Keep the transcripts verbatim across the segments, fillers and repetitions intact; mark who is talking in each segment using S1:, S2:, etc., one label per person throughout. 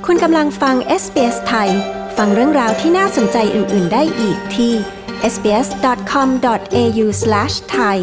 S1: คุณกำลังฟัง เอส บี เอส ไทยฟังเรื่องราวที่น่าสนใจอื่นๆได้อีกที่ เอส บี เอส ดอท คอม ดอท เอ ยู สแลช ไทย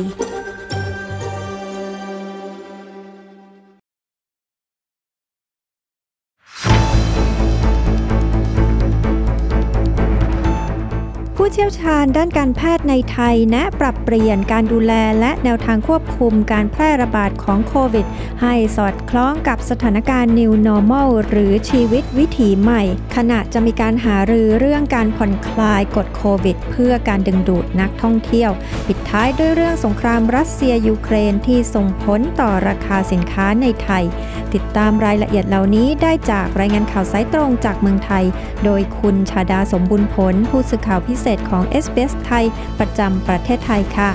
S1: ผู้เชี่ยวชาญด้านการแพทย์ในไทยแนะปรับเปลี่ยนการดูแลและแนวทางควบคุมการแพร่ระบาดของโควิดให้สอดคล้องกับสถานการณ์ New Normal หรือชีวิตวิถีใหม่ขณะจะมีการหารือเรื่องการผ่อนคลายกฎโควิดเพื่อการดึงดูดนักท่องเที่ยวปิดท้ายด้วยเรื่องสงครามรัสเซียยูเครนที่ส่งผลต่อราคาสินค้าในไทยติดตามรายละเอียดเหล่านี้ได้จากรายงานข่าวสายตรงจากเมืองไทยโดยคุณชาดาสมบุญผลผู้สื่อข่าวพิเศษของ เอส บี เอส ไทยประจำประเทศไทยค่ะ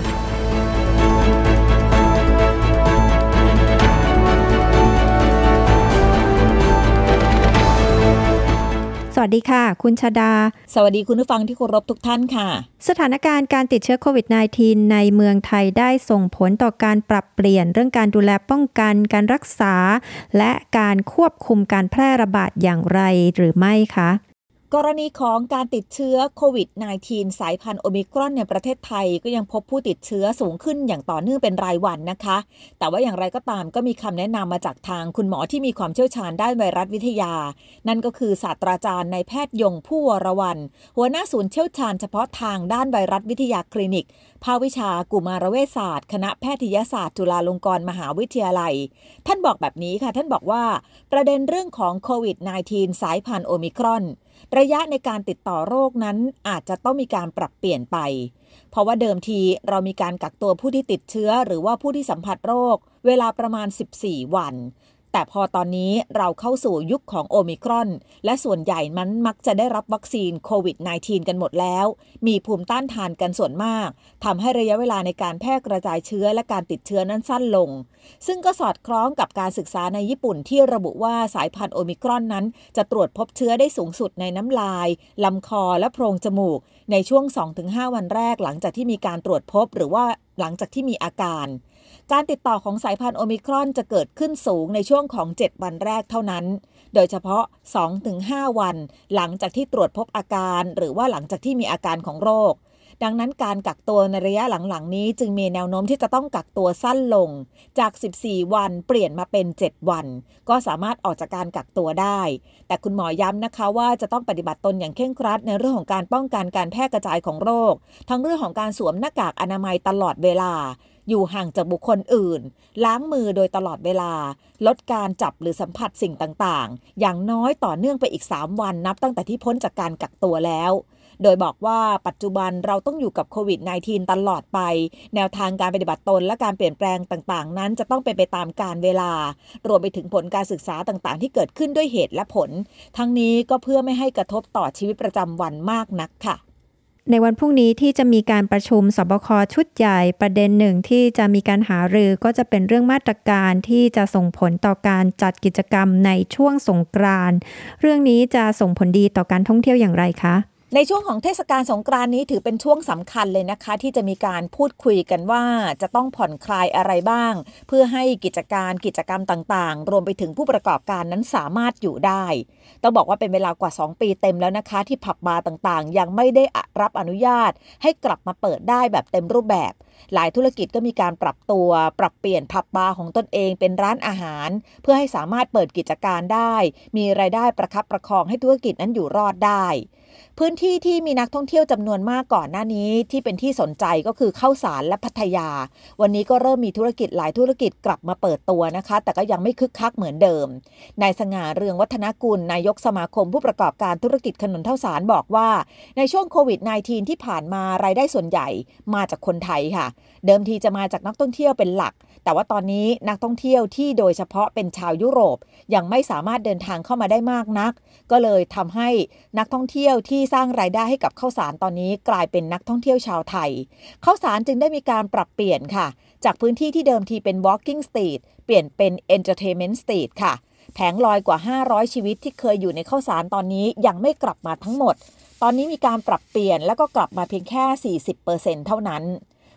S1: สวัสดีค่ะคุณชาดา
S2: สวัสดีคุณผู้ฟังที่เคารพทุกท่านค่ะ
S1: สถานการณ์การติดเชื้อโควิด สิบเก้า ในเมืองไทยได้ส่งผลต่อการปรับเปลี่ยนเรื่องการดูแลป้องกันการรักษาและการควบคุมการแพร่ระบาดอย่างไรหรือไม่คะ
S2: กรณีของการติดเชื้อโควิด สิบเก้า สายพันธุ์โอมิครอนในประเทศไทยก็ยังพบผู้ติดเชื้อสูงขึ้นอย่างต่อเนื่องเป็นรายวันนะคะแต่ว่าอย่างไรก็ตามก็มีคำแนะนำมาจากทางคุณหมอที่มีความเชี่ยวชาญด้านไวรัสวิทยานั่นก็คือศาสตราจารย์นายแพทย์ยงผู้วรวรรณหัวหน้าศูนย์เชี่ยวชาญเฉพาะทางด้านไวรัสวิทยาคลินิกภาควิชากุมารเวชศาสตร์คณะแพทยศาสตร์จุฬาลงกรณ์มหาวิทยาลัยท่านบอกแบบนี้ค่ะท่านบอกว่าประเด็นเรื่องของโควิด สิบเก้า สายพันธุ์โอมิครอนระยะในการติดต่อโรคนั้นอาจจะต้องมีการปรับเปลี่ยนไปเพราะว่าเดิมทีเรามีการกักตัวผู้ที่ติดเชื้อหรือว่าผู้ที่สัมผัสโรคเวลาประมาณสิบสี่วันแต่พอตอนนี้เราเข้าสู่ยุคของโอมิครอนและส่วนใหญ่มันมักจะได้รับวัคซีนโควิด สิบเก้า กันหมดแล้วมีภูมิต้านทานกันส่วนมากทำให้ระยะเวลาในการแพร่กระจายเชื้อและการติดเชื้อนั้นสั้นลงซึ่งก็สอดคล้องกับการศึกษาในญี่ปุ่นที่ระบุว่าสายพันธุ์โอมิครอนนั้นจะตรวจพบเชื้อได้สูงสุดในน้ำลายลำคอและโพรงจมูกในช่วง สองถึงห้า วันแรกหลังจากที่มีการตรวจพบหรือว่าหลังจากที่มีอาการการติดต่อของสายพันธุ์โอมิครอนจะเกิดขึ้นสูงในช่วงของเจ็ดวันแรกเท่านั้นโดยเฉพาะ สองถึงห้า วันหลังจากที่ตรวจพบอาการหรือว่าหลังจากที่มีอาการของโรคดังนั้นการกักตัวในระยะหลังๆนี้จึงมีแนวโน้มที่จะต้องกักตัวสั้นลงจากสิบสี่วันเปลี่ยนมาเป็นเจ็ดวันก็สามารถออกจากการกักตัวได้แต่คุณหมอย้ำนะคะว่าจะต้องปฏิบัติตนอย่างเคร่งครัดในเรื่องของการป้องกันการแพร่กระจายของโรคทั้งเรื่องของการสวมหน้ากากอนามัยตลอดเวลาอยู่ห่างจากบุคคลอื่นล้างมือโดยตลอดเวลาลดการจับหรือสัมผัสสิ่งต่างๆอย่างน้อยต่อเนื่องไปอีกสามวันนับตั้งแต่ที่พ้นจากการกักตัวแล้วโดยบอกว่าปัจจุบันเราต้องอยู่กับโควิด สิบเก้า ตลอดไปแนวทางการปฏิบัติตนและการเปลี่ยนแปลงต่างๆนั้นจะต้องเป็นไปตามกาลเวลารวมไปถึงผลการศึกษาต่างๆที่เกิดขึ้นด้วยเหตุและผลทั้งนี้ก็เพื่อไม่ให้กระทบต่อชีวิตประจำวันมากนักค่ะ
S1: ในวันพรุ่งนี้ที่จะมีการประชุมสบคชุดใหญ่ประเด็นหนึ่งที่จะมีการหารือก็จะเป็นเรื่องมาตรการที่จะส่งผลต่อการจัดกิจกรรมในช่วงสงกรานต์เรื่องนี้จะส่งผลดีต่อการท่องเที่ยวอย่างไรคะ
S2: ในช่วงของเทศกาลสงกรานต์นี้ถือเป็นช่วงสำคัญเลยนะคะที่จะมีการพูดคุยกันว่าจะต้องผ่อนคลายอะไรบ้างเพื่อให้กิจการกิจกรรมต่างๆรวมไปถึงผู้ประกอบการนั้นสามารถอยู่ได้ต้องบอกว่าเป็นเวลากว่าสองปีเต็มแล้วนะคะที่ผับบาร์ต่างๆยังไม่ได้รับอนุญาตให้กลับมาเปิดได้แบบเต็มรูปแบบหลายธุรกิจก็มีการปรับตัวปรับเปลี่ยนผับบาร์ของตนเองเป็นร้านอาหารเพื่อให้สามารถเปิดกิจการได้มีรายได้ประคับประคองให้ธุรกิจนั้นอยู่รอดได้พื้นที่ที่มีนักท่องเที่ยวจำนวนมากก่อนหน้านี้ที่เป็นที่สนใจก็คือข้าวสารและพัทยาวันนี้ก็เริ่มมีธุรกิจหลายธุรกิจกลับมาเปิดตัวนะคะแต่ก็ยังไม่คึกคักเหมือนเดิมนายสง่าเรืองวัฒนกุลนายกสมาคมผู้ประกอบการธุรกิจขนมข้าวสารบอกว่าในช่วงโควิด สิบเก้า ที่ผ่านมารายได้ส่วนใหญ่มาจากคนไทยค่ะเดิมทีจะมาจากนักท่องเที่ยวเป็นหลักแต่ว่าตอนนี้นักท่องเที่ยวที่โดยเฉพาะเป็นชาวยุโรปยังไม่สามารถเดินทางเข้ามาได้มากนักก็เลยทำให้นักท่องเที่ยวที่สร้างรายได้ให้กับข้าวสารตอนนี้กลายเป็นนักท่องเที่ยวชาวไทยข้าวสารจึงได้มีการปรับเปลี่ยนค่ะจากพื้นที่ที่เดิมทีเป็น walking street เปลี่ยนเป็น entertainment street ค่ะแผงลอยกว่าห้าร้อยชีวิตที่เคยอยู่ในข้าวสารตอนนี้ยังไม่กลับมาทั้งหมดตอนนี้มีการปรับเปลี่ยนแล้วก็กลับมาเพียงแค่ สี่สิบเปอร์เซ็นต์ เท่านั้น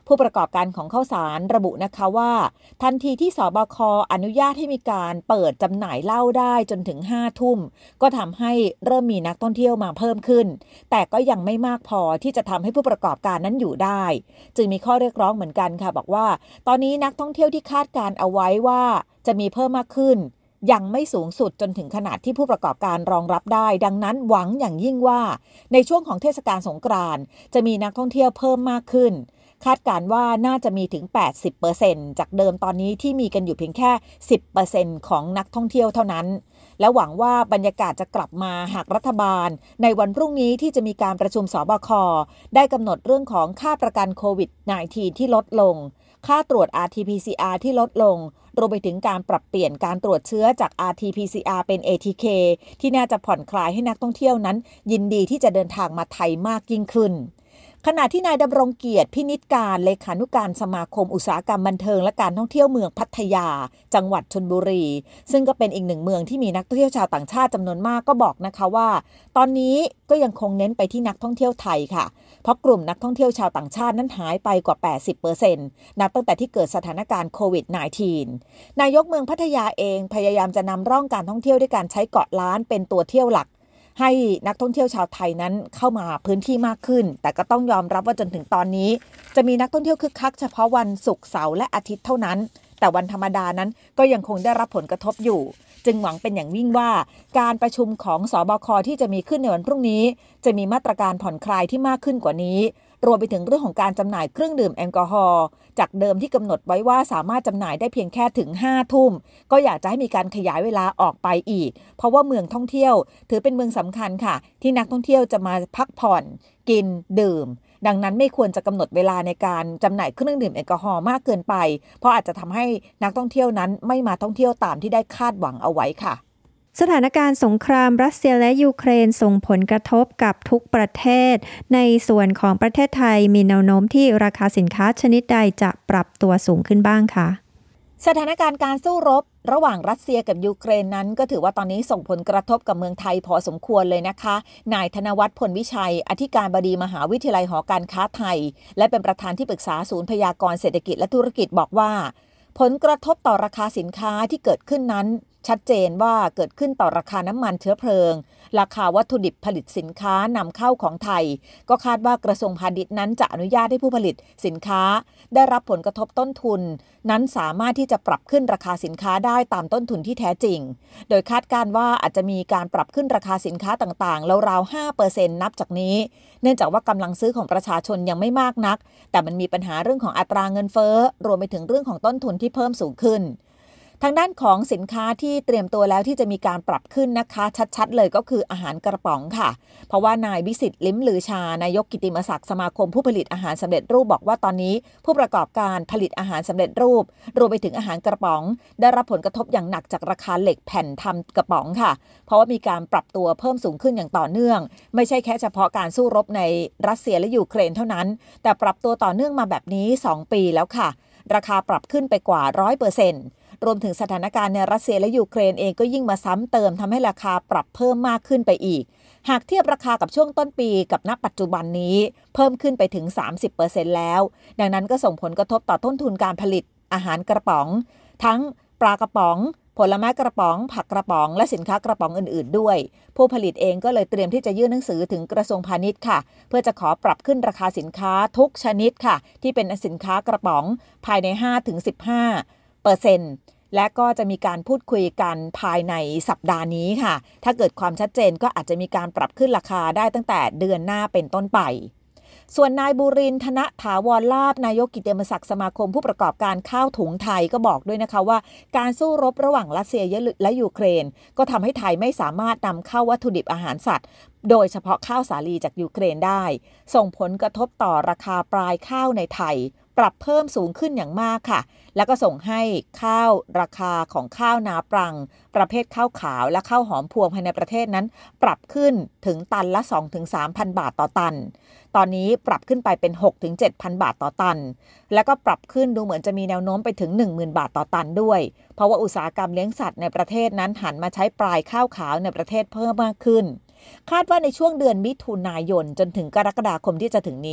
S2: ผู้ประกอบการของข้าวสารระบุนะคะว่าทันทีที่สบคอนุญาตให้มีการเปิดจำหน่ายเหล้าได้จนถึงห้าทุ่มก็ทำให้เริ่มมีนักท่องเที่ยวมาเพิ่มขึ้นแต่ก็ยังไม่มากพอที่จะทำให้ผู้ประกอบการนั้นอยู่ได้จึงมีข้อเรียกร้องเหมือนกันค่ะบอกว่าตอนนี้นักท่องเที่ยวที่คาดการเอาไว้ว่าจะมีเพิ่มมากขึ้นยังไม่สูงสุดจนถึงขนาดที่ผู้ประกอบการรองรับได้ดังนั้นหวังอย่างยิ่งว่าในช่วงของเทศกาลสงกรานต์จะมีนักท่องเที่ยวเพิ่มมากขึ้นคาดการณ์ว่าน่าจะมีถึง แปดสิบเปอร์เซ็นต์ จากเดิมตอนนี้ที่มีกันอยู่เพียงแค่ สิบเปอร์เซ็นต์ ของนักท่องเที่ยวเท่านั้นและหวังว่าบรรยากาศจะกลับมาหากรัฐบาลในวันพรุ่งนี้ที่จะมีการประชุมสบคได้กำหนดเรื่องของค่าประกันโควิด สิบเก้า ที่ลดลงค่าตรวจ อาร์ ที พี ซี อาร์ ที่ลดลงรวมไปถึงการปรับเปลี่ยนการตรวจเชื้อจาก อาร์ ที พี ซี อาร์ เป็น เอ ที เค ที่น่าจะผ่อนคลายให้นักท่องเที่ยวนั้นยินดีที่จะเดินทางมาไทยมากยิ่งขึ้นขณะที่นายดำรงเกียรติพินิจการเลขานุการสมาคมอุตสาหกรรมบันเทิงและการท่องเที่ยวเมืองพัทยาจังหวัดชลบุรีซึ่งก็เป็นอีกหนึ่งเมืองที่มีนักท่องเที่ยวชาวต่างชาติจำนวนมากก็บอกนะคะว่าตอนนี้ก็ยังคงเน้นไปที่นักท่องเที่ยวไทยค่ะเพราะกลุ่มนักท่องเที่ยวชาวต่างชาตินั้นหายไปกว่า แปดสิบเปอร์เซ็นต์ นับตั้งแต่ที่เกิดสถานการณ์โควิด สิบเก้า นายกเมืองพัทยาเองพยายามจะนำร่องการท่องเที่ยวด้วยการใช้เกาะล้านเป็นตัวเที่ยวหลักให้นักท่องเที่ยวชาวไทยนั้นเข้ามาพื้นที่มากขึ้นแต่ก็ต้องยอมรับว่าจนถึงตอนนี้จะมีนักท่องเที่ยวคึกคักเฉพาะวันศุกร์เสาร์และอาทิตย์เท่านั้นแต่วันธรรมดานั้นก็ยังคงได้รับผลกระทบอยู่จึงหวังเป็นอย่างยิ่งว่าการประชุมของสบคที่จะมีขึ้นในวันพรุ่งนี้จะมีมาตรการผ่อนคลายที่มากขึ้นกว่านี้รวมไปถึงเรื่องของการจำหน่ายเครื่องดื่มแอลกอฮอล์จากเดิมที่กำหนดไว้ว่าสามารถจำหน่ายได้เพียงแค่ถึงห้าทุ่มก็อยากจะให้มีการขยายเวลาออกไปอีกเพราะว่าเมืองท่องเที่ยวถือเป็นเมืองสำคัญค่ะที่นักท่องเที่ยวจะมาพักผ่อนกินดื่มดังนั้นไม่ควรจะกำหนดเวลาในการจำหน่ายเครื่องดื่มแอลกอฮอล์มากเกินไปเพราะอาจจะทำให้นักท่องเที่ยวนั้นไม่มาท่องเที่ยวตามที่ได้คาดหวังเอาไว้ค่ะ
S1: สถานการณ์สงครามรัสเซียและยูเครนส่งผลกระทบกับทุกประเทศในส่วนของประเทศไทยมีแนวโน้มที่ราคาสินค้าชนิดใดจะปรับตัวสูงขึ้นบ้างคะ
S2: สถานการณ์การสู้รบระหว่างรัสเซียกับยูเครนนั้นก็ถือว่าตอนนี้ส่งผลกระทบกับเมืองไทยพอสมควรเลยนะคะนายธนวัฒน์พลวิชัยอธิการบดีมหาวิทยาลัยหอการค้าไทยและเป็นประธานที่ปรึกษาศูนย์พยากรณ์เศรษฐกิจและธุรกิจบอกว่าผลกระทบต่อราคาสินค้าที่เกิดขึ้นนั้นชัดเจนว่าเกิดขึ้นต่อราคาน้ำมันเชื้อเพลิงราคาวัตถุดิบผลิตสินค้านำเข้าของไทยก็คาดว่ากระทรวงพาณิชย์นั้นจะอนุญาตให้ผู้ผลิตสินค้าได้รับผลกระทบต้นทุนนั้นสามารถที่จะปรับขึ้นราคาสินค้าได้ตามต้นทุนที่แท้จริงโดยคาดการณ์ว่าอาจจะมีการปรับขึ้นราคาสินค้าต่างๆราวๆ ห้าเปอร์เซ็นต์ นับจากนี้เนื่องจากว่ากำลังซื้อของประชาชนยังไม่มากนักแต่มันมีปัญหาเรื่องของอัตราเงินเฟ้อรวมไปถึงเรื่องของต้นทุนที่เพิ่มสูงขึ้นทางด้านของสินค้าที่เตรียมตัวแล้วที่จะมีการปรับขึ้นนะคะชัดๆเลยก็คืออาหารกระป๋องค่ะเพราะว่านายวิสิทธิ์ลิ้มลือชานายกกิตติมศักดิ์สมาคมผู้ผลิตอาหารสำเร็จรูปบอกว่าตอนนี้ผู้ประกอบการผลิตอาหารสำเร็จรูปรวมไปถึงอาหารกระป๋องได้รับผลกระทบอย่างหนักจากราคาเหล็กแผ่นทำกระป๋องค่ะเพราะว่ามีการปรับตัวเพิ่มสูงขึ้นอย่างต่อเนื่องไม่ใช่แค่เฉพาะการสู้รบในรัสเซียและยูเครนเท่านั้นแต่ปรับตัวต่อเนื่องมาแบบนี้สองปีแล้วค่ะราคาปรับขึ้นไปกว่า ร้อยเปอร์เซ็นต์รวมถึงสถานการณ์ในรัสเซียและยูเครนเองก็ยิ่งมาซ้ำเติมทำให้ราคาปรับเพิ่มมากขึ้นไปอีกหากเทียบราคากับช่วงต้นปีกับณปัจจุบันนี้เพิ่มขึ้นไปถึง สามสิบเปอร์เซ็นต์ แล้วดังนั้นก็ส่งผลกระทบต่อต้นทุนการผลิตอาหารกระป๋องทั้งปลากระป๋องผลไม้กระป๋องผักกระป๋องและสินค้ากระป๋องอื่นๆด้วยผู้ผลิตเองก็เลยเตรียมที่จะยื่นหนังสือถึงกระทรวงพาณิชย์ค่ะเพื่อจะขอปรับขึ้นราคาสินค้าทุกชนิดค่ะที่เป็นสินค้ากระป๋องภายใน ห้าถึงสิบห้าเปอร์เซ็นต์ และก็จะมีการพูดคุยกันภายในสัปดาห์นี้ค่ะถ้าเกิดความชัดเจนก็อาจจะมีการปรับขึ้นราคาได้ตั้งแต่เดือนหน้าเป็นต้นไปส่วนนายบุรินทร์ ธนถาวรลาภนายกกิตติมศักดิ์สมาคมผู้ประกอบการข้าวถุงไทยก็บอกด้วยนะคะว่าการสู้รบระหว่างรัสเซียและยูเครนก็ทำให้ไทยไม่สามารถนำเข้าวัตถุดิบอาหารสัตว์โดยเฉพาะข้าวสาลีจากยูเครนได้ส่งผลกระทบต่อราคาปลายข้าวในไทยปรับเพิ่มสูงขึ้นอย่างมากค่ะแล้วก็ส่งให้ข้าวราคาของข้าวนาปรังประเภทข้าวขาวและข้าวหอมพวงภายในประเทศนั้นปรับขึ้นถึงตันละ สองถึงสามพัน บาทต่อตันตอนนี้ปรับขึ้นไปเป็น หกถึงเจ็ดพัน บาทต่อตันแล้วก็ปรับขึ้นดูเหมือนจะมีแนวโน้มไปถึง หนึ่งหมื่น บาทต่อตันด้วยเพราะว่าอุตสาหกรรมเลี้ยงสัตว์ในประเทศนั้นหันมาใช้ปลายข้าวขาวในประเทศเพิ่มมากขึ้นคาดว่าในช่วงเดือนมิถุนายนจนถึงกรกฎาคมที่จะถึงนี้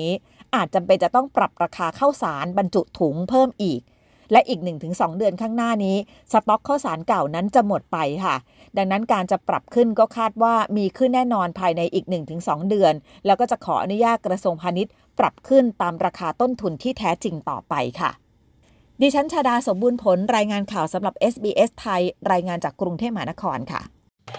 S2: อาจจำเป็นจะต้องปรับราคาข้าวสารบรรจุถุงเพิ่มอีกและอีก หนึ่งถึงสอง เดือนข้างหน้านี้สต็อกข้าวสารเก่านั้นจะหมดไปค่ะดังนั้นการจะปรับขึ้นก็คาดว่ามีขึ้นแน่นอนภายในอีก หนึ่งถึงสอง เดือนแล้วก็จะขออนุญาตกระทรวงพาณิชย์ปรับขึ้นตามราคาต้นทุนที่แท้จริงต่อไปค่ะดิฉันชดาสมบูรณ์ผลรายงานข่าวสำหรับ เอส บี เอส ไทยรายงานจากกรุงเทพมหานครค่ะ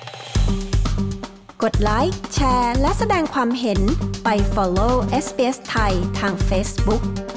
S1: กดไลค์แชร์และแสดงความเห็นไป follow เอส บี เอส ไทยทาง Facebook